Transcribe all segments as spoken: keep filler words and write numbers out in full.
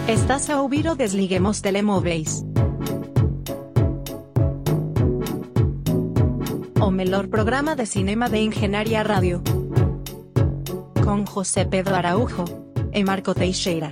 Estás a ouvir o Desliguemos Telemóveis. O melhor programa de cinema de Engenharia Rádio. Com José Pedro Araújo e Marco Teixeira.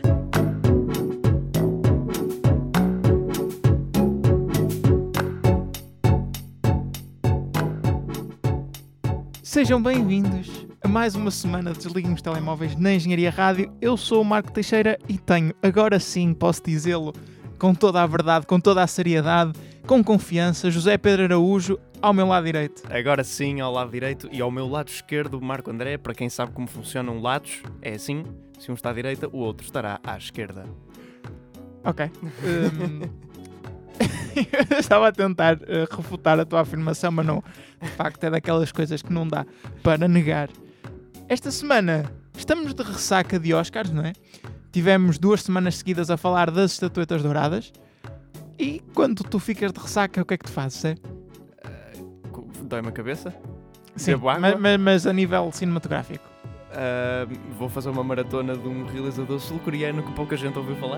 Sejam bem-vindos a mais uma semana de Desliguemos Telemóveis na Engenharia Rádio. Eu sou o Marco Teixeira e tenho, agora sim, posso dizê-lo com toda a verdade, com toda a seriedade, com confiança, José Pedro Araújo ao meu lado direito. Agora sim, ao lado direito e ao meu lado esquerdo, Marco André. Para quem sabe como funcionam lados, é assim, se um está à direita, o outro estará à esquerda. Ok. Um... Eu estava a tentar uh, refutar a tua afirmação, mas não. De facto, é daquelas coisas que não dá para negar. Esta semana estamos de ressaca de Oscars, não é? Tivemos duas semanas seguidas a falar das estatuetas douradas. E quando tu ficas de ressaca, o que é que tu fazes, é? Uh, Dói-me a cabeça? Sim, Bebo água? mas, mas, mas a nível cinematográfico. Uh, vou fazer uma maratona de um realizador sul-coreano que pouca gente ouviu falar.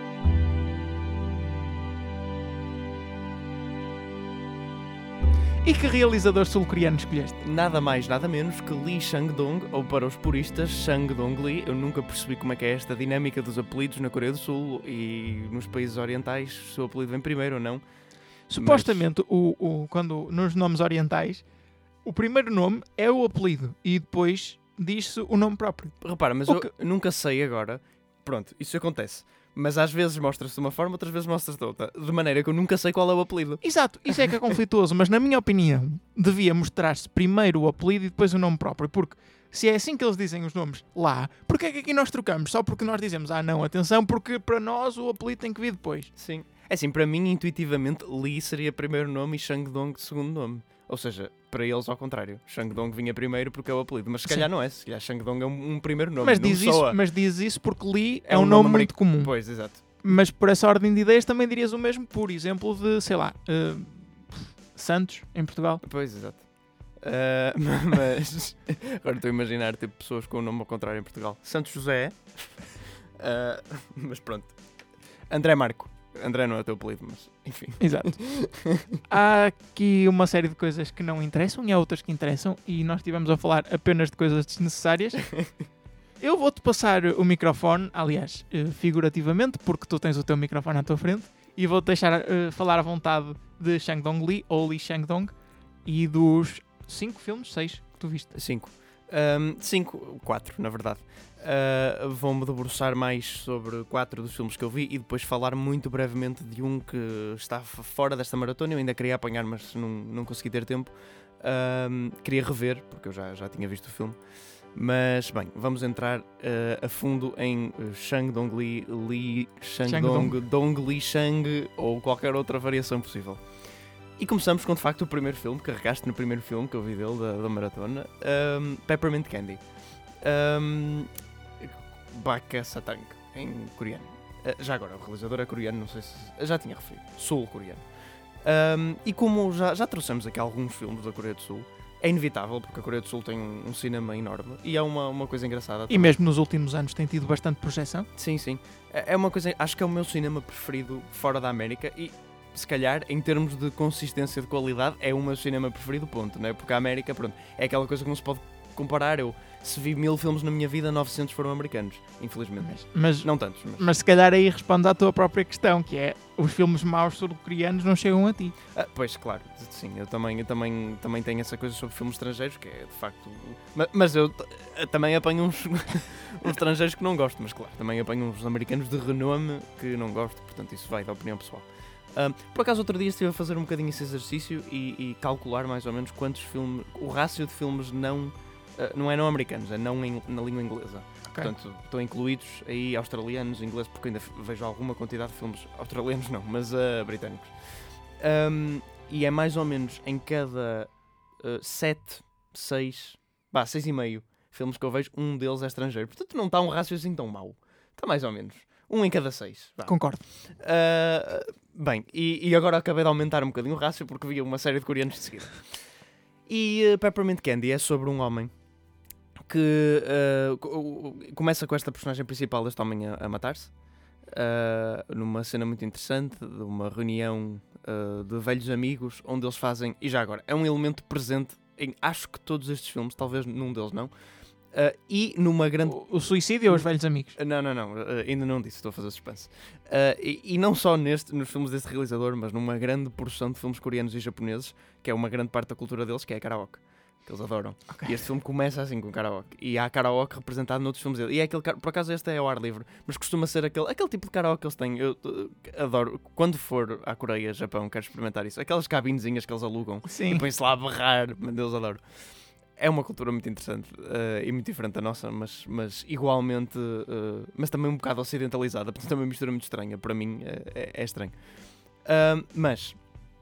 E que realizador sul-coreano escolheste? Nada mais, nada menos que Lee Chang-dong, ou para os puristas, Chang Dong-lee. Eu nunca percebi como é que é esta dinâmica dos apelidos na Coreia do Sul e nos países orientais, se o seu apelido vem primeiro ou não. Supostamente, Mas... o, o, quando nos nomes orientais, o primeiro nome é o apelido e depois diz-se o nome próprio. Repara, mas o eu que... nunca sei agora. Pronto, isso acontece. Mas às vezes mostra-se de uma forma, outras vezes mostra-se de outra. De maneira que eu nunca sei qual é o apelido. Exato, isso é que é conflituoso, mas na minha opinião devia mostrar-se primeiro o apelido e depois o nome próprio, porque se é assim que eles dizem os nomes lá, porque é que aqui nós trocamos? Só porque nós dizemos, ah não, atenção, porque para nós o apelido tem que vir depois. Sim. É assim, para mim, intuitivamente, Lee seria primeiro nome e Chang-dong segundo nome. Ou seja, para eles ao contrário. Chang-dong vinha primeiro porque é o apelido. Mas se calhar Sim. não é. Se calhar Chang-dong é um, um primeiro nome. Mas diz, isso, mas diz isso porque Lee é, é um, um nome, nome muito comum. Pois, exato. Mas por essa ordem de ideias também dirias o mesmo, por exemplo, de, sei lá, uh, Santos, em Portugal. Pois, exato. Uh, mas agora estou a imaginar tipo, pessoas com o nome ao contrário em Portugal. Santos José. Uh, mas pronto. André Marco. André não é o teu apelido, mas enfim. Exato. Há aqui uma série de coisas que não interessam e há outras que interessam e nós estivemos a falar apenas de coisas desnecessárias. Eu vou-te passar o microfone, aliás, figurativamente, porque tu tens o teu microfone à tua frente, e vou-te deixar uh, falar à vontade de Chang-dong-lee, ou Lee Chang-dong, e dos cinco filmes, seis, que tu viste. Cinco. Um, cinco, quatro, na verdade. Uh, Vou-me debruçar mais sobre quatro dos filmes que eu vi e depois falar muito brevemente de um que está fora desta maratona. Eu ainda queria apanhar, mas não, não consegui ter tempo. Um, queria rever, porque eu já, já tinha visto o filme. Mas, bem, vamos entrar uh, a fundo em Chang-dong-lee, Lee Chang-dong, Dong-lee Chang ou qualquer outra variação possível. E começamos com, de facto, o primeiro filme, carregaste no primeiro filme que eu vi dele, da, da maratona, um, Peppermint Candy. Um, Baka Satang, em coreano. Uh, já agora, o realizador é coreano, não sei se... Já tinha referido. Sul-coreano. Um, e como já, já trouxemos aqui alguns filmes da Coreia do Sul, é inevitável, porque a Coreia do Sul tem um, um cinema enorme e é uma, uma coisa engraçada. E mesmo nos últimos anos tem tido bastante projeção. Sim, sim. É uma coisa... Acho que é o meu cinema preferido fora da América e... Se calhar, em termos de consistência de qualidade, é o meu cinema preferido, ponto, não é? Porque a América, pronto, é aquela coisa que não se pode comparar. Eu, se vi mil filmes na minha vida, novecentos foram americanos, infelizmente. Mas, mas não tantos. Mas... mas se calhar aí responde à tua própria questão, que é, os filmes maus sul-coreanos não chegam a ti. Ah, pois, claro, sim, eu também, eu também, também tenho essa coisa sobre filmes estrangeiros, que é, de facto... Mas, mas eu t- também apanho uns, uns estrangeiros que não gosto, mas claro, também apanho uns americanos de renome que não gosto, portanto isso vai da opinião pessoal. Um, por acaso outro dia estive a fazer um bocadinho esse exercício e, e calcular mais ou menos quantos filmes, o rácio de filmes não, uh, não é não americanos, é não em, na língua inglesa. Okay. Portanto, estão incluídos aí australianos, ingleses, porque ainda vejo alguma quantidade de filmes, australianos não, mas uh, britânicos. Um, e é mais ou menos em cada uh, sete, seis, bah, seis e meio filmes que eu vejo, um deles é estrangeiro. Portanto não está um rácio assim tão mau, está mais ou menos. Um em cada seis. Vá. Concordo. Uh, bem, e, e agora acabei de aumentar um bocadinho o rácio porque vi uma série de coreanos de seguida. E uh, Peppermint Candy é sobre um homem que uh, começa com esta personagem principal deste homem a, a matar-se. uh, numa cena muito interessante, de uma reunião uh, de velhos amigos, onde eles fazem, e já agora, é um elemento presente em acho que todos estes filmes, talvez num deles não, Uh, e numa grande... O, o suicídio ou os velhos amigos? Não, não, não, uh, ainda não disse, estou a fazer suspense. Uh, e, e não só neste, nos filmes deste realizador, mas numa grande porção de filmes coreanos e japoneses, que é uma grande parte da cultura deles, que é a karaoke, que eles adoram. Okay. E este filme começa assim com karaoke. E há karaoke representado noutros filmes dele. E é aquele, por acaso este é ao ar livre, mas costuma ser aquele, aquele tipo de karaoke que eles têm. Eu uh, adoro, quando for à Coreia, Japão, quero experimentar isso. Aquelas cabinezinhas que eles alugam. Sim. E põem-se lá a berrar, meu Deus, adoro. É uma cultura muito interessante uh, e muito diferente da nossa, mas, mas igualmente, uh, mas também um bocado ocidentalizada, portanto também uma mistura muito estranha, para mim uh, é, é estranho. Uh, mas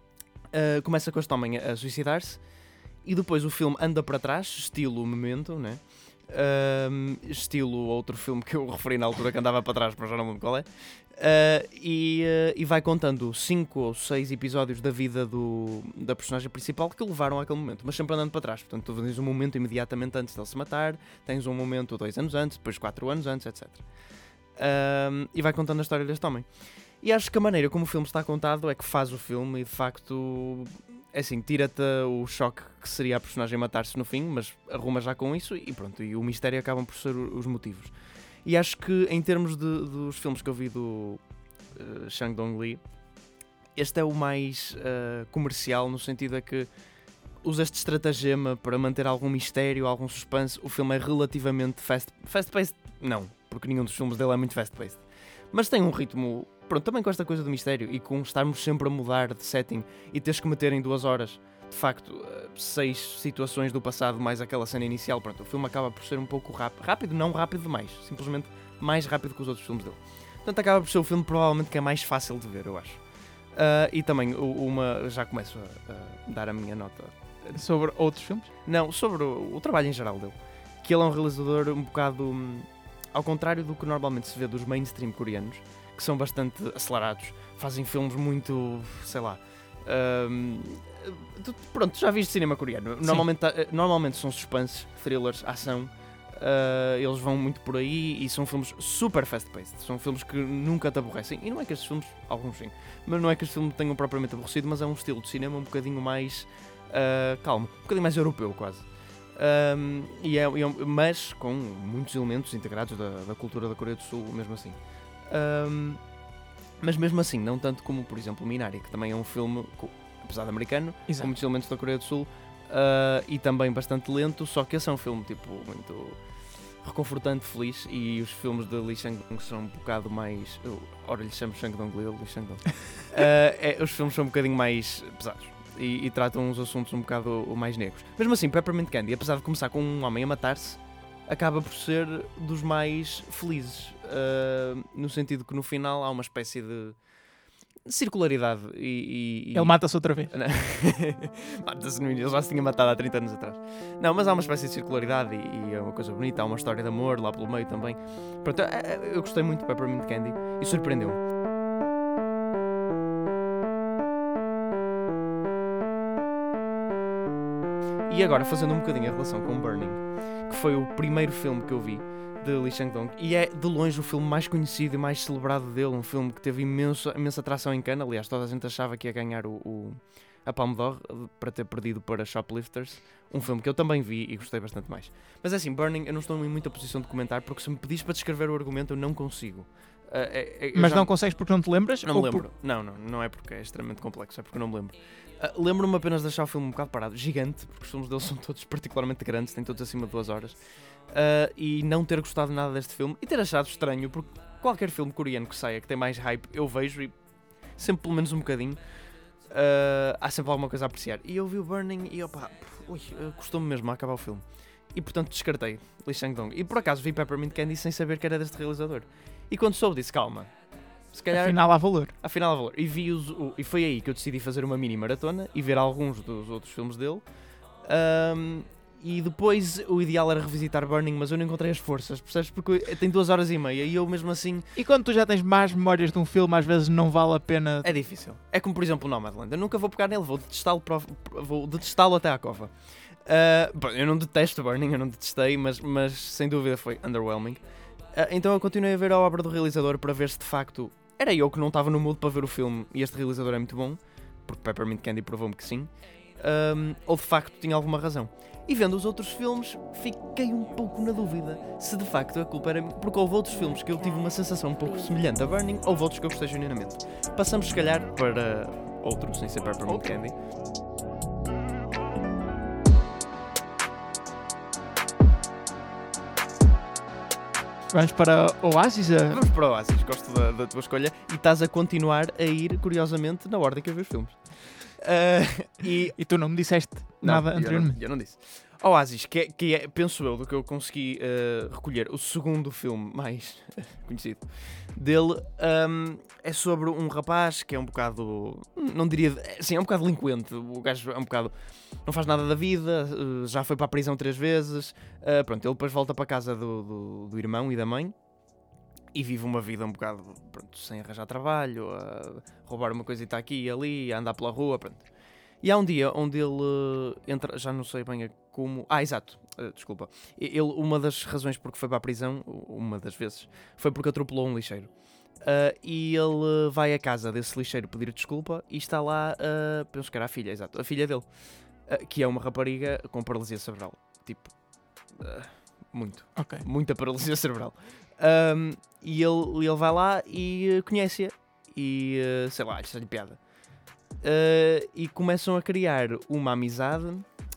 uh, começa com este homem a, a suicidar-se e depois o filme anda para trás, estilo Memento, né? Uh, estilo outro filme que eu referi na altura que andava para trás, mas já não me lembro qual é. Uh, e, uh, e vai contando cinco ou seis episódios da vida do, da personagem principal que levaram àquele momento, mas sempre andando para trás. Portanto, tu tens um momento imediatamente antes dele se matar, tens um momento dois anos antes, depois quatro anos antes, etcétera. Uh, e vai contando a história deste homem. E acho que a maneira como o filme está contado é que faz o filme e de facto, é assim, tira-te o choque que seria a personagem matar-se no fim, mas arruma já com isso e pronto, e o mistério acabam por ser os motivos. E acho que em termos de, dos filmes que eu vi do uh, Shang Dong-Lee, este é o mais uh, comercial, no sentido é que usa este estratagema para manter algum mistério, algum suspense. O filme é relativamente fast, fast-paced, não, porque nenhum dos filmes dele é muito fast-paced. Mas tem um ritmo, pronto, também com esta coisa do mistério e com estarmos sempre a mudar de setting e teres que meter em duas horas, de facto, seis situações do passado mais aquela cena inicial. Pronto, o filme acaba por ser um pouco rápido, rápido não rápido demais, simplesmente mais rápido que os outros filmes dele. Portanto, acaba por ser o filme provavelmente que é mais fácil de ver, eu acho. Uh, e também uma, já começo a, a dar a minha nota. Sobre outros filmes? Não, sobre o, o trabalho em geral dele. Que ele é um realizador um bocado, um, ao contrário do que normalmente se vê dos mainstream coreanos, que são bastante acelerados, fazem filmes muito, sei lá... Um, tu, pronto, já viste cinema coreano. Normalmente, normalmente são suspenses, thrillers, ação. Uh, eles vão muito por aí e são filmes super fast-paced. São filmes que nunca te aborrecem. E não é que estes filmes, alguns sim, mas não é que este filme tenham propriamente aborrecido, mas é um estilo de cinema um bocadinho mais uh, calmo, um bocadinho mais europeu quase. Um, e é, é, mas com muitos elementos integrados da, da cultura da Coreia do Sul, mesmo assim. Um, Mas mesmo assim, não tanto como, por exemplo, Minari, que também é um filme, apesar de americano, Exato. com muitos elementos da Coreia do Sul, uh, e também bastante lento, só que esse é um filme tipo, muito reconfortante, feliz, e os filmes de Lee Chang-dong são um bocado mais... Eu, ora, lhe chamo Chang-dong-Lee, Lee Chang-dong. uh, é, os filmes são um bocadinho mais pesados, e, e tratam uns assuntos um bocado mais negros. Mesmo assim, Peppermint Candy, apesar de começar com um homem a matar-se, acaba por ser dos mais felizes, uh, no sentido que no final há uma espécie de circularidade e... e, e... Ele mata-se outra vez. Mata-se no início, ele já se tinha matado há trinta anos atrás. Não, mas há uma espécie de circularidade e, e é uma coisa bonita, há uma história de amor lá pelo meio também. Pronto, eu, eu gostei muito de Peppermint Candy e surpreendeu-me. E agora, fazendo um bocadinho a relação com Burning, que foi o primeiro filme que eu vi de Lee Chang-dong, e é de longe o filme mais conhecido e mais celebrado dele, um filme que teve imenso, imensa atração em Cannes. Aliás, toda a gente achava que ia ganhar o, o, a Palme d'Or para ter perdido para Shoplifters, um filme que eu também vi e gostei bastante mais. Mas é assim, Burning, eu não estou em muita posição de comentar, porque se me pedis para descrever o argumento eu não consigo. Uh, é, é, Mas já... não consegues porque não te lembras? Não me lembro. Por... Não, não, não é porque é extremamente complexo, é porque eu não me lembro. Uh, lembro-me apenas de achar o filme um bocado parado, gigante, porque os filmes deles são todos particularmente grandes, têm todos acima de duas horas, uh, e não ter gostado nada deste filme, e ter achado estranho, porque qualquer filme coreano que saia, que tem mais hype, eu vejo, e sempre pelo menos um bocadinho, uh, há sempre alguma coisa a apreciar. E eu vi o Burning e, opa, ui, custou-me mesmo a acabar o filme. E portanto descartei Lee Chang-dong. E por acaso vi Peppermint Candy sem saber que era deste realizador. E quando soube disse, calma, se calhar... Afinal há valor. Afinal há valor. E, vi os, o, e foi aí que eu decidi fazer uma mini maratona e ver alguns dos outros filmes dele. Um, e depois o ideal era revisitar Burning, mas eu não encontrei as forças, percebes? Porque tem duas horas e meia e eu mesmo assim... E quando tu já tens mais memórias de um filme, às vezes não vale a pena... É difícil. É como por exemplo o Nomadland. Eu nunca vou pegar nele, vou detestá-lo, para, vou detestá-lo até à cova. Uh, bom, eu não detesto Burning, eu não detestei, mas, mas sem dúvida foi underwhelming. Uh, então eu continuei a ver a obra do realizador para ver se de facto era eu que não estava no mood para ver o filme e este realizador é muito bom, porque Peppermint Candy provou-me que sim, um, ou de facto tinha alguma razão. E vendo os outros filmes, fiquei um pouco na dúvida se de facto a culpa era... Porque houve outros filmes que eu tive uma sensação um pouco semelhante a Burning, houve outros que eu gostei genuinamente. Passamos se calhar para outros, sem ser Peppermint Candy. Vamos para Oasis? A... Vamos para Oasis, gosto da, da tua escolha. E estás a continuar a ir, curiosamente, na ordem que eu vi os filmes. Uh, e... e tu não me disseste não, nada eu anteriormente. Não, eu não disse. Oasis, que é, que é, penso eu, do que eu consegui uh, recolher, o segundo filme mais conhecido dele, um, é sobre um rapaz que é um bocado, não diria, sim, é um bocado delinquente. O gajo é um bocado, não faz nada da vida, uh, já foi para a prisão três vezes, uh, pronto, ele depois volta para a casa do, do, do irmão e da mãe e vive uma vida um bocado, pronto, sem arranjar trabalho, a roubar uma coisita aqui e ali, a andar pela rua, pronto. E há um dia onde ele uh, entra, já não sei bem a como... Ah, exato, uh, desculpa. Ele, uma das razões porque foi para a prisão, uma das vezes, foi porque atropelou um lixeiro. Uh, e ele vai à casa desse lixeiro pedir desculpa e está lá, uh, penso que era a filha, exato, a filha dele, uh, que é uma rapariga com paralisia cerebral. Tipo, uh, muito, okay. muita paralisia cerebral. Um, e ele, ele vai lá e uh, conhece-a e, uh, sei lá, acha-lhe piada. Uh, e começam a criar uma amizade.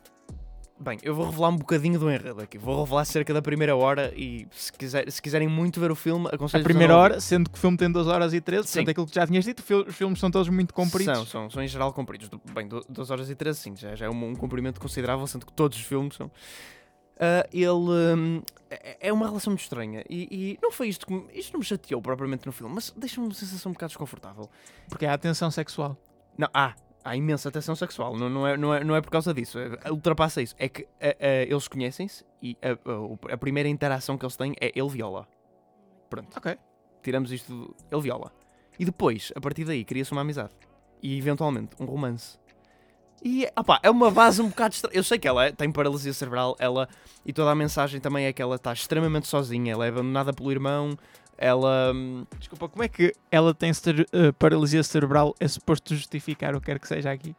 Bem, eu vou revelar um bocadinho do enredo aqui. Vou revelar cerca da primeira hora e se, quiser, se quiserem muito ver o filme, aconselho a primeira hora, sendo que o filme tem duas horas e treze, portanto aquilo que já tinhas dito, os filmes são todos muito compridos. São, são, são em geral compridos. Bem, duas horas e treze sim, já, já é um, um comprimento considerável, sendo que todos os filmes são. Uh, ele um, é uma relação muito estranha e, e não foi isto que me, isto não me chateou propriamente no filme, mas deixa-me uma sensação um bocado desconfortável. Porque há a tensão sexual. Não, há, há imensa tensão sexual, não, não, é, não, é, não é por causa disso, é, ultrapassa isso. É que uh, uh, eles conhecem-se e a, a, a primeira interação que eles têm é ele viola. Pronto. Ok. Tiramos isto, do, ele viola. E depois, a partir daí, cria-se uma amizade. E eventualmente, um romance. E, opá, é uma base um bocado estranha. Eu sei que ela é, tem paralisia cerebral, ela, e toda a mensagem também é que ela está extremamente sozinha, ela é abandonada pelo irmão, ela... Desculpa, como é que ela tem cere- uh, paralisia cerebral é suposto justificar o que quer que seja aqui?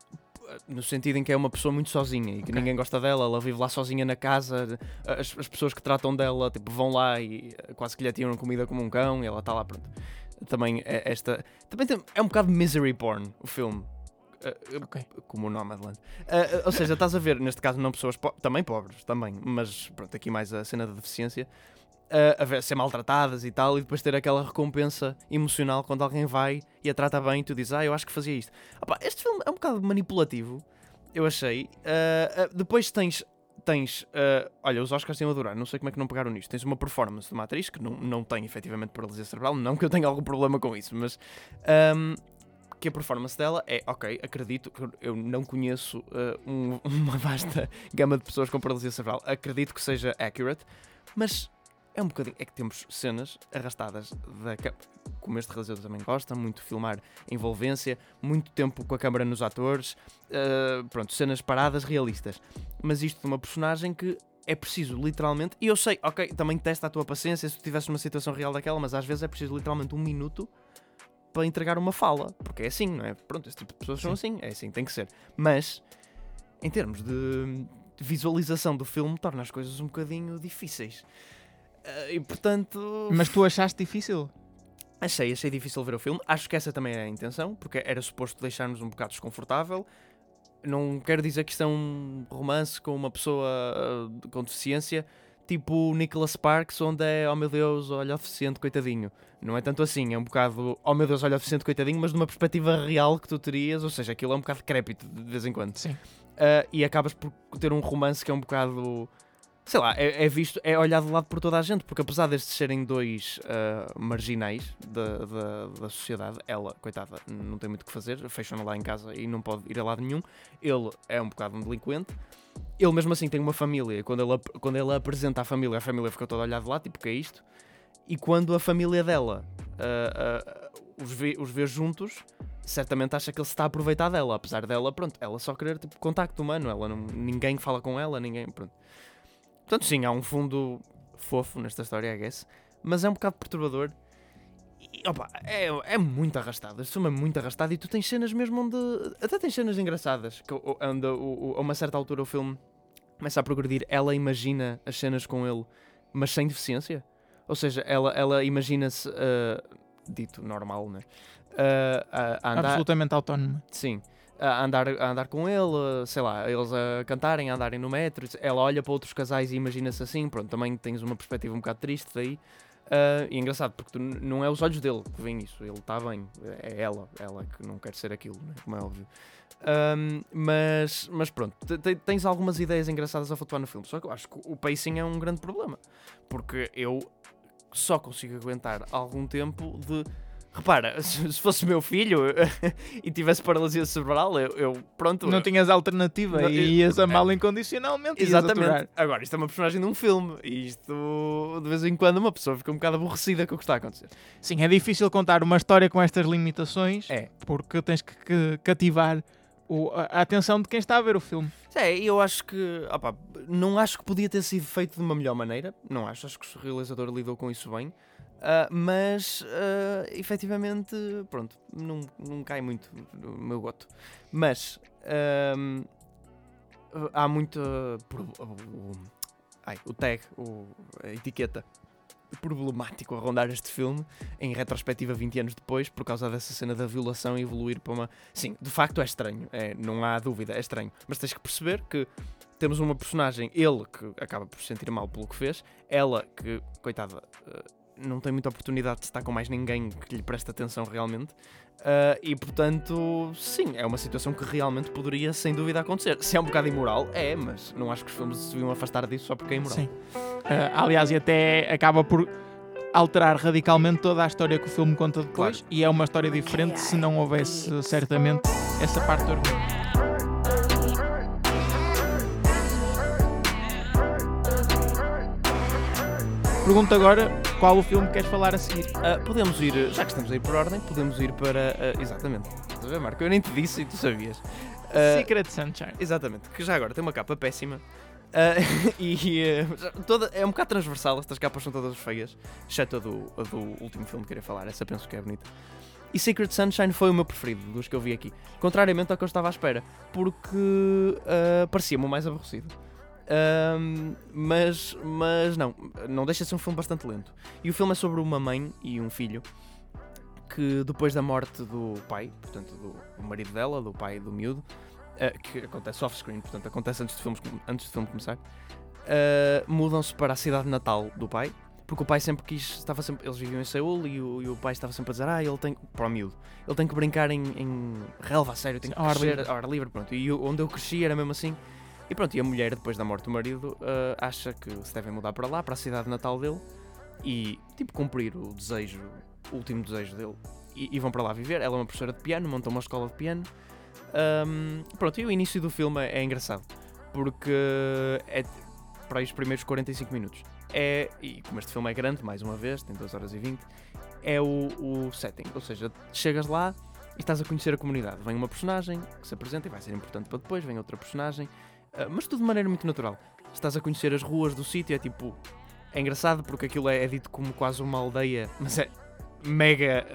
No sentido em que é uma pessoa muito sozinha e que okay. ninguém gosta dela, ela vive lá sozinha na casa, as, as pessoas que tratam dela tipo, vão lá e quase que lhe atiram comida como um cão e ela está lá, pronto. Também é esta... Também tem, é um bocado misery porn, o filme. Uh, okay. Como o Nomadland. Uh, ou seja, estás a ver, neste caso, não pessoas po- também pobres, também, mas pronto, aqui mais a cena da deficiência, uh, a ver, ser maltratadas e tal, e depois ter aquela recompensa emocional quando alguém vai e a trata bem e tu dizes, ah, eu acho que fazia isto. Opa, este filme é um bocado manipulativo, eu achei. Uh, uh, depois tens, tens uh, olha, os Oscars têm a adorar, não sei como é que não pegaram nisto. Tens uma performance de uma atriz que não, não tem efetivamente paralisia cerebral, não que eu tenha algum problema com isso, mas... Um, que a performance dela é, ok, acredito, eu não conheço uh, um, uma vasta gama de pessoas com paralisia cerebral, acredito que seja accurate, mas é um bocadinho, é que temos cenas arrastadas, da, como este realizador também gosta, muito filmar envolvência, muito tempo com a câmera nos atores, uh, pronto, cenas paradas, realistas, mas isto de uma personagem que é preciso literalmente, e eu sei, ok, também testa a tua paciência se tu tivesse uma situação real daquela, mas às vezes é preciso literalmente um minuto para entregar uma fala, porque é assim, não é? Pronto, esse tipo de pessoas Sim. são assim, é assim, tem que ser. Mas, em termos de visualização do filme, torna as coisas um bocadinho difíceis. Uh, e, portanto... Mas tu achaste difícil? Achei, achei difícil ver o filme. Acho que essa também era a intenção, porque era suposto deixar-nos um bocado desconfortável. Não quero dizer que isto é um romance com uma pessoa uh, com deficiência, tipo Nicholas Sparks, onde é, oh meu Deus, olha o deficiente, coitadinho. Não é tanto assim, é um bocado, oh meu Deus, olha o deficiente, coitadinho, mas numa perspectiva real que tu terias, ou seja, aquilo é um bocado decrépito de vez em quando. Sim. Uh, e acabas por ter um romance que é um bocado, sei lá, é, é visto, é olhado de lado por toda a gente, porque apesar destes serem dois uh, marginais da, da, da sociedade, ela, coitada, não tem muito o que fazer, fecham-na lá em casa e não pode ir a lado nenhum, ele é um bocado um delinquente. Ele mesmo assim tem uma família, e quando ele, quando ele apresenta a família, a família fica toda a olhar de lá, tipo, que é isto? E quando a família dela uh, uh, os, vê, os vê juntos, certamente acha que ele se está a aproveitar dela, apesar dela, pronto, ela só querer tipo, contacto humano, ela não, ninguém fala com ela, ninguém, pronto. Portanto, sim, há um fundo fofo nesta história, I guess, mas é um bocado perturbador. E, opa, é, é muito arrastado, este filme é muito arrastado e tu tens cenas mesmo onde... Até tens cenas engraçadas, que onde a uma certa altura o filme começa a progredir, ela imagina as cenas com ele, mas sem deficiência. Ou seja, ela, ela imagina-se, uh, dito normal, né? Uh, a, a andar... Absolutamente autónoma. Sim. A andar, a andar com ele, sei lá, eles a cantarem, a andarem no metro. Ela olha para outros casais e imagina-se assim. Pronto, também tens uma perspectiva um bocado triste daí. Uh, e é engraçado, porque tu, não é os olhos dele que veem isso, ele está bem, é ela, ela que não quer ser aquilo, né? Como é óbvio. Um, mas, mas pronto, t- tens algumas ideias engraçadas a flutuar no filme, só que eu acho que o pacing é um grande problema, porque eu só consigo aguentar algum tempo de... Repara, se fosse meu filho e tivesse paralisia cerebral, eu, eu pronto... Não tinhas alternativa não, e ias amá-lo é, incondicionalmente. Exatamente. Agora, isto é uma personagem de um filme e isto, de vez em quando, uma pessoa fica um bocado aborrecida com o que está a acontecer. Sim, é difícil contar uma história com estas limitações, é. porque tens que, que cativar o, a, a atenção de quem está a ver o filme. É, eu acho que... Opa, não acho que podia ter sido feito de uma melhor maneira, não acho, acho que o realizador lidou com isso bem. Uh, mas, uh, efetivamente, pronto, não, não cai muito no meu gosto. Mas, uh, há muito... Uh, o, ai, o tag, o, a etiqueta problemático a rondar este filme, em retrospectiva vinte anos depois, por causa dessa cena da violação e evoluir para uma... Sim, de facto é estranho, é, não há dúvida, é estranho. Mas tens que perceber que temos uma personagem, ele que acaba por se sentir mal pelo que fez, ela que, coitada... Uh, não tem muita oportunidade de estar com mais ninguém que lhe preste atenção realmente, uh, e portanto, sim, é uma situação que realmente poderia sem dúvida acontecer. Se é um bocado imoral, é, mas não acho que os filmes se deviam afastar disso só porque é imoral. Sim. Uh, aliás, e até acaba por alterar radicalmente toda a história que o filme conta depois, claro. E é uma história diferente se não houvesse certamente essa parte do argumento. Pergunto agora qual o filme que queres falar a seguir. Uh, podemos ir, já que estamos aí por ordem, podemos ir para... Uh, exatamente. Estás a ver, Marco? Eu nem te disse e tu sabias. Uh, Secret Sunshine. Exatamente. Que já agora tem uma capa péssima. Uh, e uh, toda, é um bocado transversal, estas capas são todas feias, exceto a do, a do último filme que queria falar, essa penso que é bonita. E Secret Sunshine foi o meu preferido dos que eu vi aqui. Contrariamente ao que eu estava à espera. Porque uh, parecia-me o mais aborrecido. Um, mas, mas não, não deixa de ser um filme bastante lento. E o filme é sobre uma mãe e um filho que depois da morte do pai, portanto do marido dela, do pai do miúdo, uh, que acontece off-screen, portanto acontece antes do filme, antes do filme começar, uh, mudam-se para a cidade natal do pai, porque o pai sempre quis, estava sempre, eles viviam em Seul e o, e o pai estava sempre a dizer, ah, ele tem, para o miúdo, ele tem que brincar em, em relva, a sério, tem que ao crescer ar livre. ao ar livre, pronto. E eu, onde eu cresci era mesmo assim. E pronto, e a mulher, depois da morte do marido, uh, acha que se devem mudar para lá, para a cidade natal dele, e, tipo, cumprir o desejo, o último desejo dele, e, e vão para lá viver. Ela é uma professora de piano, monta uma escola de piano. Um, pronto, e o início do filme é, é engraçado, porque é para aí os primeiros quarenta e cinco minutos. É, e como este filme é grande, mais uma vez, tem duas horas e vinte, é o, o setting, ou seja, chegas lá e estás a conhecer a comunidade. Vem uma personagem que se apresenta e vai ser importante para depois, vem outra personagem... Uh, mas tudo de maneira muito natural. Estás a conhecer as ruas do sítio, é tipo... É engraçado porque aquilo é, é dito como quase uma aldeia, mas é mega...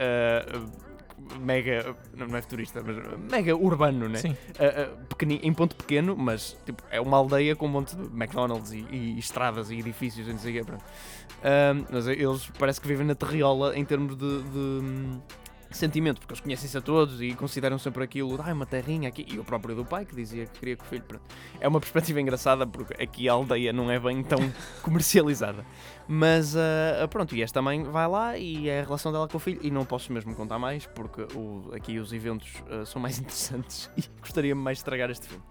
Uh, mega... Não é futurista, mas mega urbano, né? Sim. Uh, uh, pequeni, em ponto pequeno, mas tipo, é uma aldeia com um monte de McDonald's e, e, e estradas e edifícios e não sei o quê. Uh, mas eles parece que vivem na terriola em termos de... de sentimento, porque eles conhecem-se a todos e consideram sempre aquilo, ah, uma terrinha aqui, e o próprio do pai que dizia que queria que o filho, pronto. É uma perspectiva engraçada porque aqui a aldeia não é bem tão comercializada, mas uh, pronto, e esta mãe vai lá e é a relação dela com o filho, e não posso mesmo contar mais porque o, aqui os eventos uh, são mais interessantes e gostaria-me mais de estragar este filme.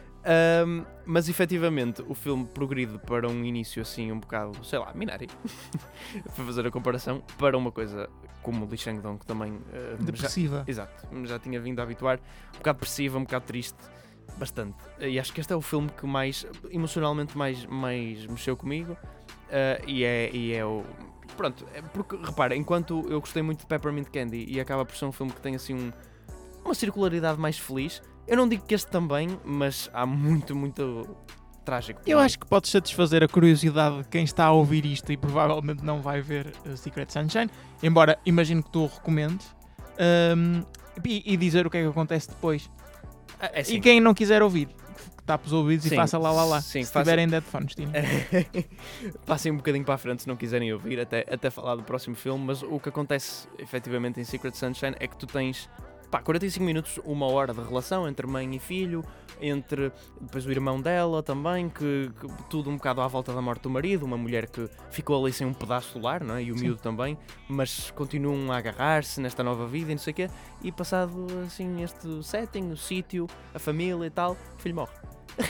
Um, mas efetivamente o filme progride para um início assim um bocado, sei lá, Minari para fazer a comparação, para uma coisa como Lee Chang-dong, que também uh, depressiva, já, exato, já tinha vindo a habituar, um bocado depressiva, um bocado triste, bastante, e acho que este é o filme que mais, emocionalmente mais, mais mexeu comigo, uh, e, é, e é o pronto, é porque repara, enquanto eu gostei muito de Peppermint Candy e acaba por ser um filme que tem assim um, uma circularidade mais feliz. Eu não digo que este também, mas há muito, muito trágico. Eu acho que podes satisfazer a curiosidade de quem está a ouvir isto e provavelmente não vai ver uh, Secret Sunshine, embora imagino que tu o recomendes, um, e, e dizer o que é que acontece depois. Ah, é assim. E quem não quiser ouvir, que tape os ouvidos Sim, e faça lá lá lá. sim, se faça- tiverem headphones, Tino. Passem um bocadinho para a frente se não quiserem ouvir, até, até falar do próximo filme, mas o que acontece efetivamente em Secret Sunshine é que tu tens pá, quarenta e cinco minutos, uma hora de relação entre mãe e filho, entre depois o irmão dela também, que, que tudo um bocado à volta da morte do marido, uma mulher que ficou ali sem um pedaço solar, não é? E o Sim. miúdo também, mas continuam a agarrar-se nesta nova vida e não sei o quê, e passado assim este setting, o sítio, a família e tal, o filho morre.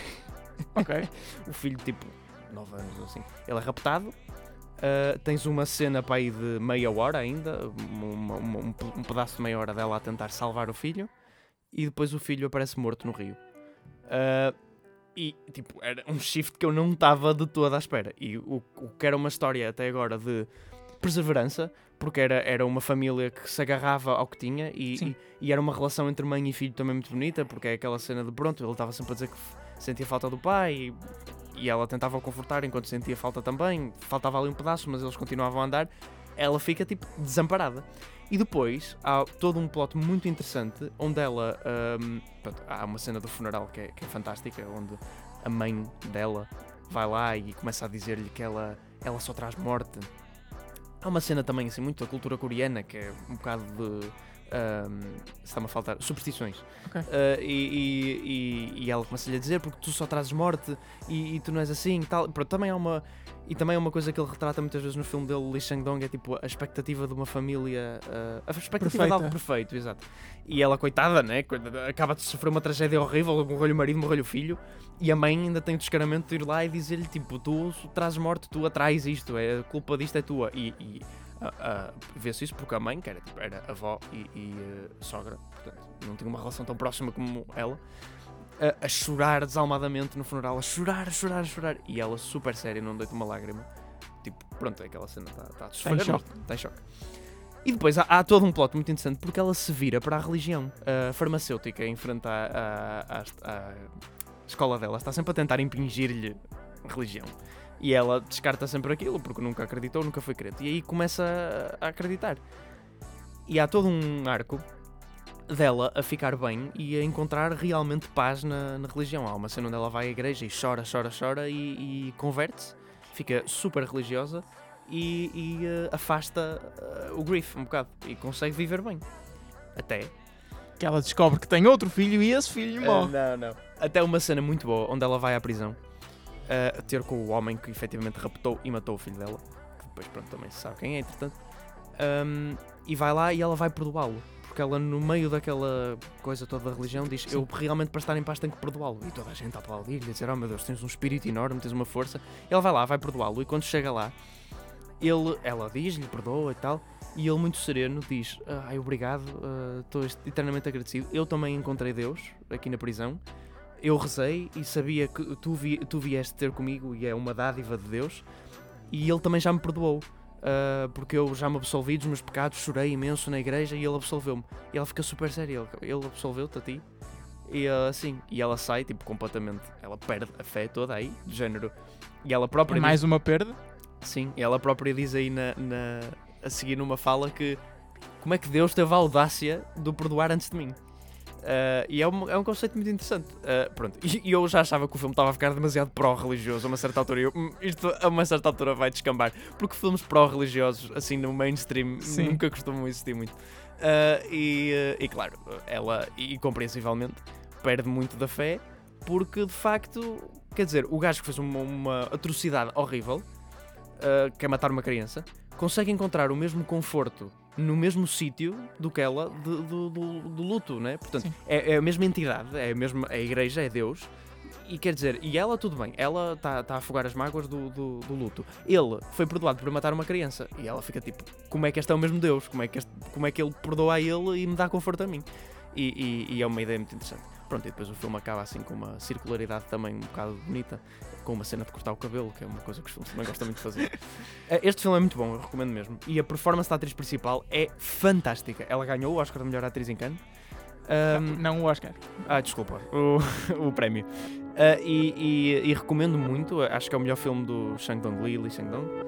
Ok. O filho, tipo, nove anos ou assim, ele é raptado. Uh, tens uma cena para aí de meia hora ainda, uma, uma, um, um pedaço de meia hora dela a tentar salvar o filho, e depois o filho aparece morto no rio. Uh, e, tipo, era um shift que eu não estava de toda à espera. E o, o que era uma história até agora de perseverança, porque era, era uma família que se agarrava ao que tinha, e, Sim. e, e era uma relação entre mãe e filho também muito bonita, porque é aquela cena de pronto, ele estava sempre a dizer que sentia falta do pai, e, e ela tentava o confortar enquanto sentia falta também, faltava ali um pedaço, mas eles continuavam a andar. Ela fica tipo desamparada. E depois há todo um plot muito interessante onde ela, um, pronto, há uma cena do funeral que é, que é fantástica, onde a mãe dela vai lá e começa a dizer-lhe que ela, ela só traz morte. Há uma cena também assim muito da cultura coreana, que é um bocado de Um, está-me a faltar superstições. Okay. uh, e, e, e, e ela começa-lhe a dizer porque tu só trazes morte e, e tu não és assim e tal. Pronto, também há uma e também é uma coisa que ele retrata muitas vezes no filme dele, Lee Chang-dong, é tipo a expectativa de uma família, uh, a expectativa Perfeita. de algo perfeito, exato. E ela, coitada, né, acaba de sofrer uma tragédia horrível, morreu-lhe o marido, morreu-lhe o filho, e a mãe ainda tem o descaramento de ir lá e dizer-lhe tipo, tu trazes morte, tu atrás isto, é, a culpa disto é tua. E, e Uh, uh, vê-se isso porque a mãe, que era, tipo, era avó e, e uh, sogra, portanto, não tinha uma relação tão próxima como ela, uh, a chorar desalmadamente no funeral, a chorar, a chorar, a chorar, e ela super séria, não deita uma lágrima. Tipo, pronto, é aquela cena está tá a sofrer, Tá em choque. está em choque. E depois há, há todo um plot muito interessante porque ela se vira para a religião. A farmacêutica enfrenta a, a, a, a escola dela, está sempre a tentar impingir-lhe religião. E ela descarta sempre aquilo, porque nunca acreditou, nunca foi crente. E aí começa a acreditar. E há todo um arco dela a ficar bem e a encontrar realmente paz na, na religião. Há uma cena onde ela vai à igreja e chora, chora, chora e, e converte-se. Fica super religiosa e, e uh, afasta uh, o grief um bocado. E consegue viver bem. Até... Que ela descobre que tem outro filho e esse filho morre. Uh, não, não. Até uma cena muito boa, onde ela vai à prisão. Uh, a ter com o homem que efetivamente raptou e matou o filho dela, que depois pronto também se sabe quem é, entretanto, um, e vai lá e ela vai perdoá-lo, porque ela no meio daquela coisa toda da religião diz, Sim. eu realmente para estar em paz tenho que perdoá-lo, e toda a gente a aplaudir e a dizer, oh meu Deus, tens um espírito enorme, tens uma força, e ela vai lá, vai perdoá-lo, e quando chega lá, ele, ela diz-lhe, perdoa e tal, e ele muito sereno diz, ai obrigado, estou uh, eternamente agradecido, eu também encontrei Deus aqui na prisão. Eu rezei e sabia que tu, vi, tu vieste ter comigo e é uma dádiva de Deus, e ele também já me perdoou, uh, porque eu já me absolvi dos meus pecados, chorei imenso na igreja e ele absolveu-me. E ela fica super séria, ele, ele absolveu-te a ti, e uh, assim, e ela sai tipo completamente, ela perde a fé toda aí, do género, e ela própria É mais diz, uma perda? sim, e ela própria diz aí na, na, a seguir numa fala que como é que Deus teve a audácia de o perdoar antes de mim. Uh, e é um, é um conceito muito interessante. Uh, pronto. E, e eu já achava que o filme estava a ficar demasiado pró-religioso a uma certa altura. E eu, hum, isto a uma certa altura vai descambar. Porque filmes pró-religiosos, assim, no mainstream, Sim. nunca costumam existir muito. Uh, e, uh, e claro, ela, e compreensivelmente, perde muito da fé. Porque de facto, quer dizer, o gajo que fez uma, uma atrocidade horrível, uh, que é matar uma criança, consegue encontrar o mesmo conforto no mesmo sítio do que ela do, do, do, do luto, né? Portanto, é, é a mesma entidade, é a mesma a igreja, é Deus, e quer dizer, e ela tudo bem, ela está tá a afogar as mágoas do, do, do luto. Ele foi perdoado por matar uma criança e ela fica tipo, como é que este é o mesmo Deus? Como é que, este, como é que ele perdoa a ele e me dá conforto a mim? E, e, e é uma ideia muito interessante. Pronto, e depois o filme acaba assim com uma circularidade também um bocado bonita, com uma cena de cortar o cabelo, que é uma coisa que os filmes também gostam muito de fazer. Este filme é muito bom, eu recomendo mesmo. E a performance da atriz principal é fantástica. Ela ganhou o Oscar de melhor atriz em Cannes. Um, Não o Oscar. ah, desculpa, o, o prémio. Uh, e, e, e recomendo muito, acho que é o melhor filme do Shang Dong Lee, Lee Shang Dong.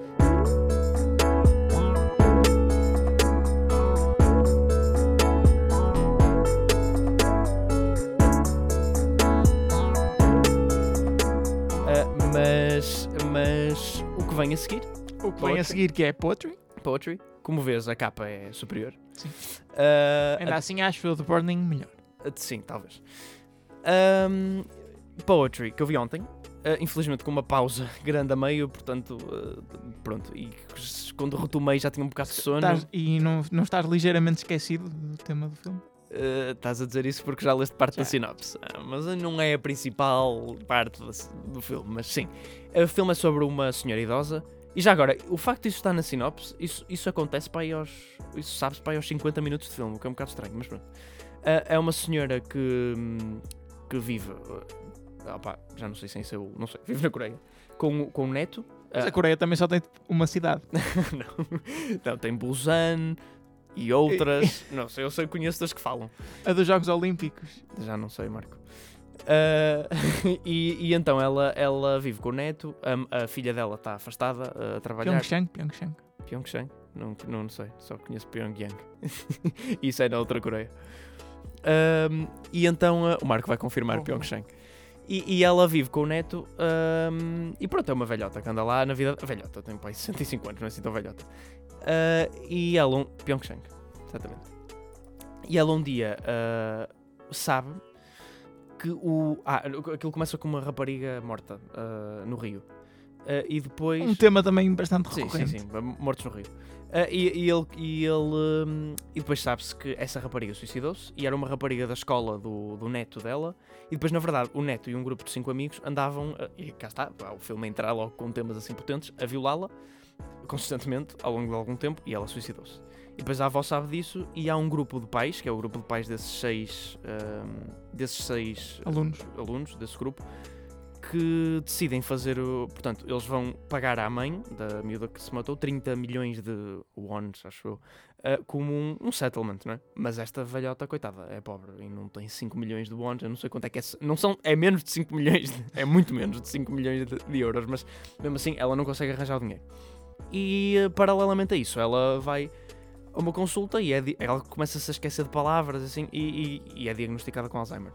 Uh, mas, mas o que vem a seguir? O que vem a seguir, que é Poetry. Poetry. Como vês, a capa é superior. Sim. Uh, Ainda a, assim acho o The Burning melhor. Sim, talvez. Um, Poetry, que eu vi ontem. Uh, infelizmente com uma pausa grande a meio, portanto, uh, pronto. E quando retomei já tinha um bocado de sono. Estás, e não, não estás ligeiramente esquecido do tema do filme? Uh, estás a dizer isso porque já leste parte já. da sinopse. Uh, mas não é a principal parte do, do filme. Mas sim, o filme é sobre uma senhora idosa. E já agora, o facto de isso estar na sinopse, isso, isso acontece para aí aos. Isso sabe-se para aí aos cinquenta minutos de filme, o que é um bocado estranho, mas pronto. Uh, é uma senhora que, que vive. Uh, opa, já não sei se em Seul, não sei, vive na Coreia. Com, com um neto. Mas Uh, a Coreia também só tem uma cidade. não. não, tem Busan e outras. não sei, eu sei, conheço das que falam. A dos Jogos Olímpicos. Já não sei, Marco. Uh, e, e então ela, ela vive com o neto, a, a filha dela está afastada uh, a trabalhar. Pyeongchang, Pyeongchang. Pyeongchang? Não, não, não sei, só conheço Pyongyang. Isso é na outra Coreia. Um, e então uh, o Marco vai confirmar Oh. Pyeongchang. E, e ela vive com o neto um, e pronto, é uma velhota que anda lá na vida. Velhota, tem pai sessenta e cinco anos, não é assim tão velhota. Uh, e ela, um, Pyeongchang, exatamente. E ela um dia uh, sabe que o. Ah, aquilo começa com uma rapariga morta uh, no rio. Uh, e depois. Um tema também bastante Sim, recorrente. sim, sim, mortos no rio. Uh, e, e ele, e, ele um, e depois sabe-se que essa rapariga suicidou-se e era uma rapariga da escola do, do neto dela. E depois, na verdade, o neto e um grupo de cinco amigos andavam, uh, e cá está, pá, o filme a entrar logo com temas assim potentes, a violá-la consistentemente ao longo de algum tempo e ela suicidou-se. E depois a avó sabe disso e há um grupo de pais, que é o grupo de pais desses seis, um, desses seis Alunos. alunos desse grupo, que decidem fazer o... Portanto, eles vão pagar à mãe da miúda que se matou trinta milhões de wons, acho eu, uh, como um, um settlement, não é? Mas esta velhota, coitada, é pobre e não tem cinco milhões de wons, eu não sei quanto é que é... Não são... É menos de cinco milhões, de, é muito menos de cinco milhões de, de euros, mas mesmo assim ela não consegue arranjar o dinheiro. E, uh, paralelamente a isso, ela vai a uma consulta e é di... ela começa-se a esquecer de palavras, assim, e, e, e é diagnosticada com Alzheimer.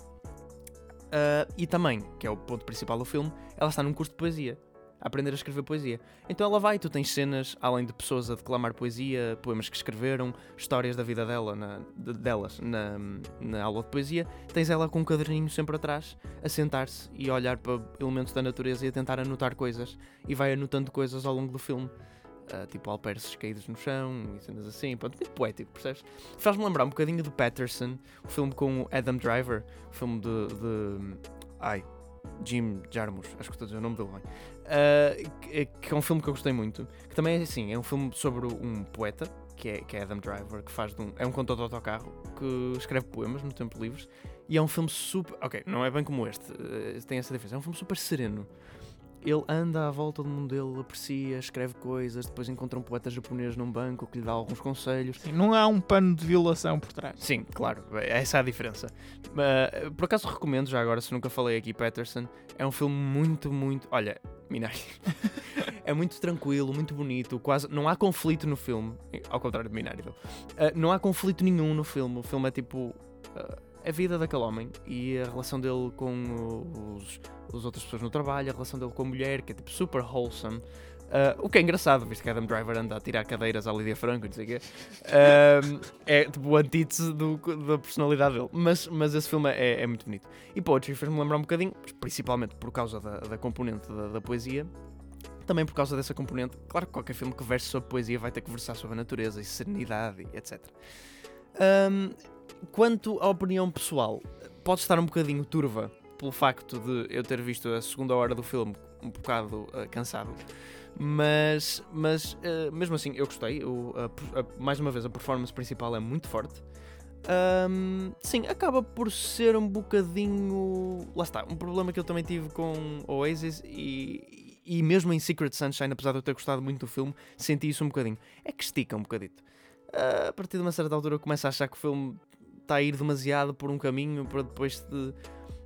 Uh, e também, que é o ponto principal do filme, ela está num curso de poesia, a aprender a escrever poesia. Então ela vai, tu tens cenas, além de pessoas a declamar poesia, poemas que escreveram, histórias da vida dela, na, de, delas na, na aula de poesia, tens ela com um caderninho sempre atrás, a sentar-se e a olhar para elementos da natureza e a tentar anotar coisas, e vai anotando coisas ao longo do filme. Uh, tipo alperces caídos no chão e cenas assim, pronto, muito poético, percebes? Faz-me lembrar um bocadinho de Patterson, o filme com o Adam Driver, o filme de, de... ai, Jim Jarmusch, acho que estou a dizer o nome dele bem, uh, que, que é um filme que eu gostei muito, que também é assim, é um filme sobre um poeta, que é, que é Adam Driver, que faz de um, é um condutor de autocarro, que escreve poemas no tempo livre, e é um filme super, ok, não é bem como este, uh, tem essa diferença, é um filme super sereno. Ele anda à volta do mundo dele, aprecia, escreve coisas, depois encontra um poeta japonês num banco que lhe dá alguns conselhos. Sim, não há um pano de violação por trás. Sim, claro, essa é a diferença. Uh, por acaso recomendo, já agora, se nunca falei aqui, Patterson, é um filme muito, muito... Olha, Minari, é muito tranquilo, muito bonito, quase não há conflito no filme, ao contrário de Minari. Uh, não há conflito nenhum no filme, o filme é tipo... Uh, a vida daquele homem e a relação dele com os, as outras pessoas no trabalho, a relação dele com a mulher, que é tipo super wholesome. Uh, o que é engraçado, visto que Adam Driver anda a tirar cadeiras à Lídia Franco e não sei o quê. Uh, é tipo o antítese do, da personalidade dele. Mas, mas esse filme é, é muito bonito. E Poetry fez-me lembrar um bocadinho, principalmente por causa da, da componente da, da poesia, também por causa dessa componente. Claro que qualquer filme que verse sobre poesia vai ter que versar sobre a natureza e serenidade, e etcétera. Um, quanto à opinião pessoal, pode estar um bocadinho turva pelo facto de eu ter visto a segunda hora do filme um bocado uh, cansado, mas, mas uh, mesmo assim eu gostei. O, a, a, mais uma vez, a performance principal é muito forte. Um, sim, acaba por ser um bocadinho... Lá está, um problema que eu também tive com Oasis e, e mesmo em Secret Sunshine, apesar de eu ter gostado muito do filme, senti isso um bocadinho. É que estica um bocadito. Uh, a partir de uma certa altura eu começo a achar que o filme está a ir demasiado por um caminho para depois de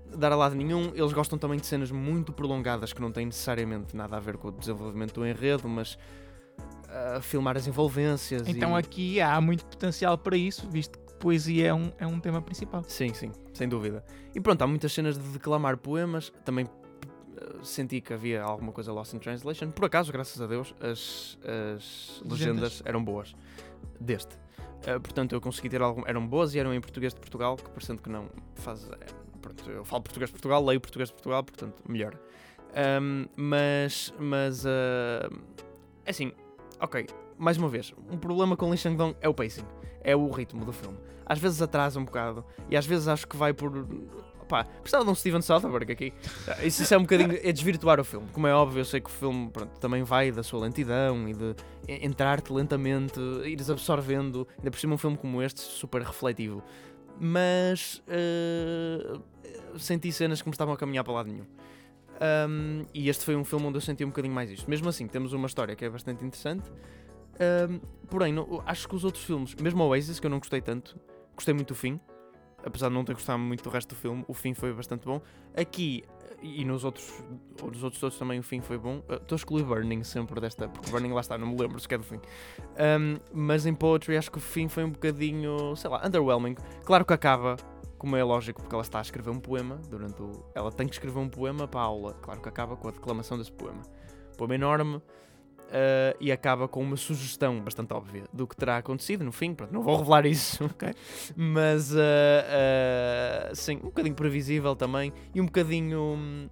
dar a lado nenhum. Eles gostam também de cenas muito prolongadas que não têm necessariamente nada a ver com o desenvolvimento do enredo, mas uh, filmar as envolvências. Então e... aqui há muito potencial para isso, visto que poesia é um, é um tema principal. Sim, sim, sem dúvida. E pronto, há muitas cenas de declamar poemas. Também uh, senti que havia alguma coisa lost in translation. Por acaso, graças a Deus, as, as legendas. legendas eram boas deste. Uh, portanto, eu consegui ter algum... Eram boas e eram em português de Portugal, que parecendo que não faz... É, pronto, eu falo português de Portugal, leio português de Portugal, portanto, melhor. Um, mas, mas, uh, assim, ok, mais uma vez, um problema com Lee Chang-dong é o pacing, é o ritmo do filme. Às vezes atrasa um bocado, e às vezes acho que vai por... Pá, gostava de um Steven Soderbergh aqui. Isso, isso é um bocadinho... É desvirtuar o filme. Como é óbvio, eu sei que o filme, pronto, também vai da sua lentidão e de entrar-te lentamente, ires absorvendo. Ainda por cima um filme como este, super refletivo. Mas uh, senti cenas que me estavam a caminhar para lado nenhum. Um, e este foi um filme onde eu senti um bocadinho mais isto. Mesmo assim, temos uma história que é bastante interessante. Um, porém, não, acho que os outros filmes, mesmo o Oasis, que eu não gostei tanto, gostei muito do fim. Apesar de não ter gostado muito do resto do filme, o fim foi bastante bom. Aqui, e nos outros, nos outros todos também o fim foi bom. Estou a excluir Burning sempre desta, porque Burning lá está, não me lembro sequer do fim. Um, mas em Poetry acho que o fim foi um bocadinho, sei lá, underwhelming. Claro que acaba, como é lógico, porque ela está a escrever um poema, durante o... ela tem que escrever um poema para a aula. Claro que acaba com a declamação desse poema. Poema enorme. Uh, e acaba com uma sugestão bastante óbvia do que terá acontecido no fim. Pronto, não vou revelar isso, okay? Mas uh, uh, sim, um bocadinho previsível também e um bocadinho uh,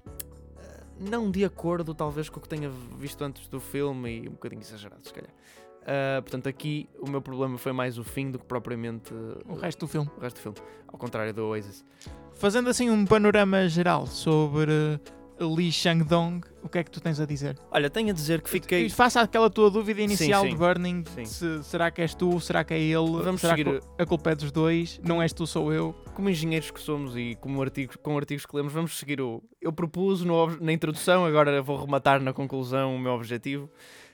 não de acordo talvez com o que tenha visto antes do filme e um bocadinho exagerado se calhar. Uh, portanto aqui o meu problema foi mais o fim do que propriamente uh, o resto do filme. O resto do filme, ao contrário do Oasis. Fazendo assim um panorama geral sobre Lee Chang-dong, o que é que tu tens a dizer? Olha, tenho a dizer que fiquei... Faça aquela tua dúvida inicial sim, sim. de Burning, se, será que és tu, será que é ele, Vamos será seguir... que a culpa é dos dois, não és tu, sou eu. Como engenheiros que somos e como artigos, com artigos que lemos, vamos seguir o... Eu propus no, na introdução, agora vou rematar na conclusão o meu objetivo.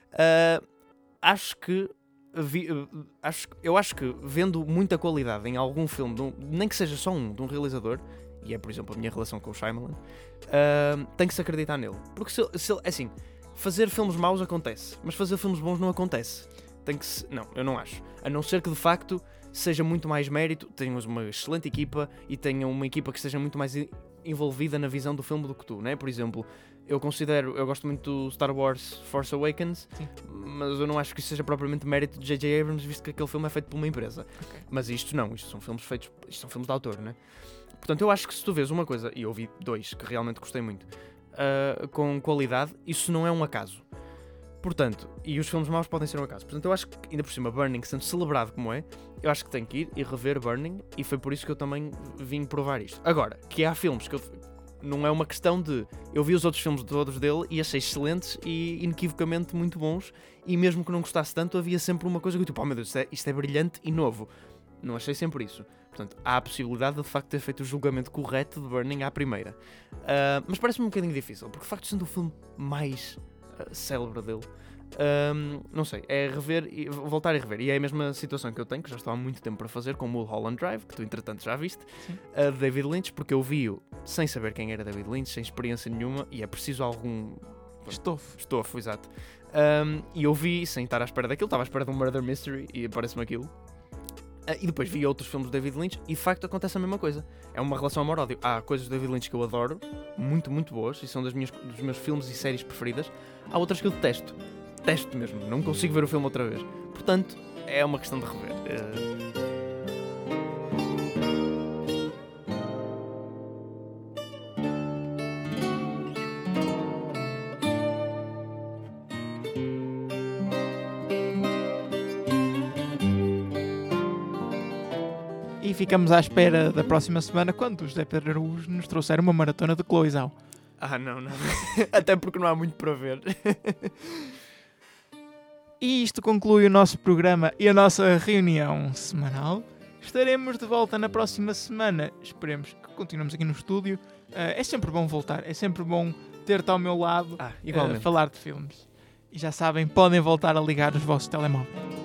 Uh, acho que... Vi, uh, acho, eu acho que vendo muita qualidade em algum filme, de um, nem que seja só um, de um realizador, e é por exemplo a minha relação com o Shyamalan, uh, tem que se acreditar nele. Porque se, se, assim, fazer filmes maus acontece, mas fazer filmes bons não acontece. Tem que se, não, eu não acho. A não ser que de facto seja muito mais mérito, tenhas uma excelente equipa e tenha uma equipa que esteja muito mais envolvida na visão do filme do que tu, né? Por exemplo, eu considero, eu gosto muito do Star Wars Force Awakens, sim, mas eu não acho que isso seja propriamente mérito de J J Abrams, visto que aquele filme é feito por uma empresa. Okay. Mas isto não, isto são filmes feitos, isto são filmes de autor, né? Portanto, eu acho que se tu vês uma coisa, e eu vi dois que realmente gostei muito, uh, com qualidade, isso não é um acaso. Portanto, e os filmes maus podem ser um acaso. Portanto, eu acho que, ainda por cima, Burning, sendo celebrado como é, eu acho que tenho que ir e rever Burning, e foi por isso que eu também vim provar isto. Agora, que há filmes que eu... Não é uma questão de... Eu vi os outros filmes todos dele e achei excelentes e inequivocamente muito bons, e mesmo que não gostasse tanto, havia sempre uma coisa que eu tipo, oh meu Deus, isto é, isto é brilhante e novo. Não achei sempre isso. Portanto, há a possibilidade de, de facto ter feito o julgamento correto de Burning à primeira. Uh, mas parece-me um bocadinho difícil, porque de facto sendo o filme mais uh, célebre dele, um, não sei, é rever e voltar a rever. E é a mesma situação que eu tenho, que já estou há muito tempo para fazer, com o Mulholland Drive, que tu entretanto já viste, uh, de David Lynch, porque eu vi-o sem saber quem era David Lynch, sem experiência nenhuma, e é preciso algum... Estofo. Estofo, exato. Um, e eu vi sem estar à espera daquilo, estava à espera de um Murder Mystery e aparece-me aquilo. Uh, e depois vi outros filmes de David Lynch e de facto acontece a mesma coisa. É uma relação amor-ódio. Há coisas de David Lynch que eu adoro, muito, muito boas, e são das minhas, dos meus filmes e séries preferidas. Há outras que eu detesto. Detesto mesmo, não consigo ver o filme outra vez. Portanto, é uma questão de rever. Uh... E ficamos à espera da próxima semana, quando o José Pedro Araújo nos trouxer uma maratona de Chloe Zhao. Ah, não, não. Até porque não há muito para ver. E isto conclui o nosso programa e a nossa reunião semanal. Estaremos de volta na próxima semana. Esperemos que continuemos aqui no estúdio. Uh, é sempre bom voltar, é sempre bom ter-te ao meu lado ah, a uh, falar de filmes. E já sabem, podem voltar a ligar os vossos telemóveis.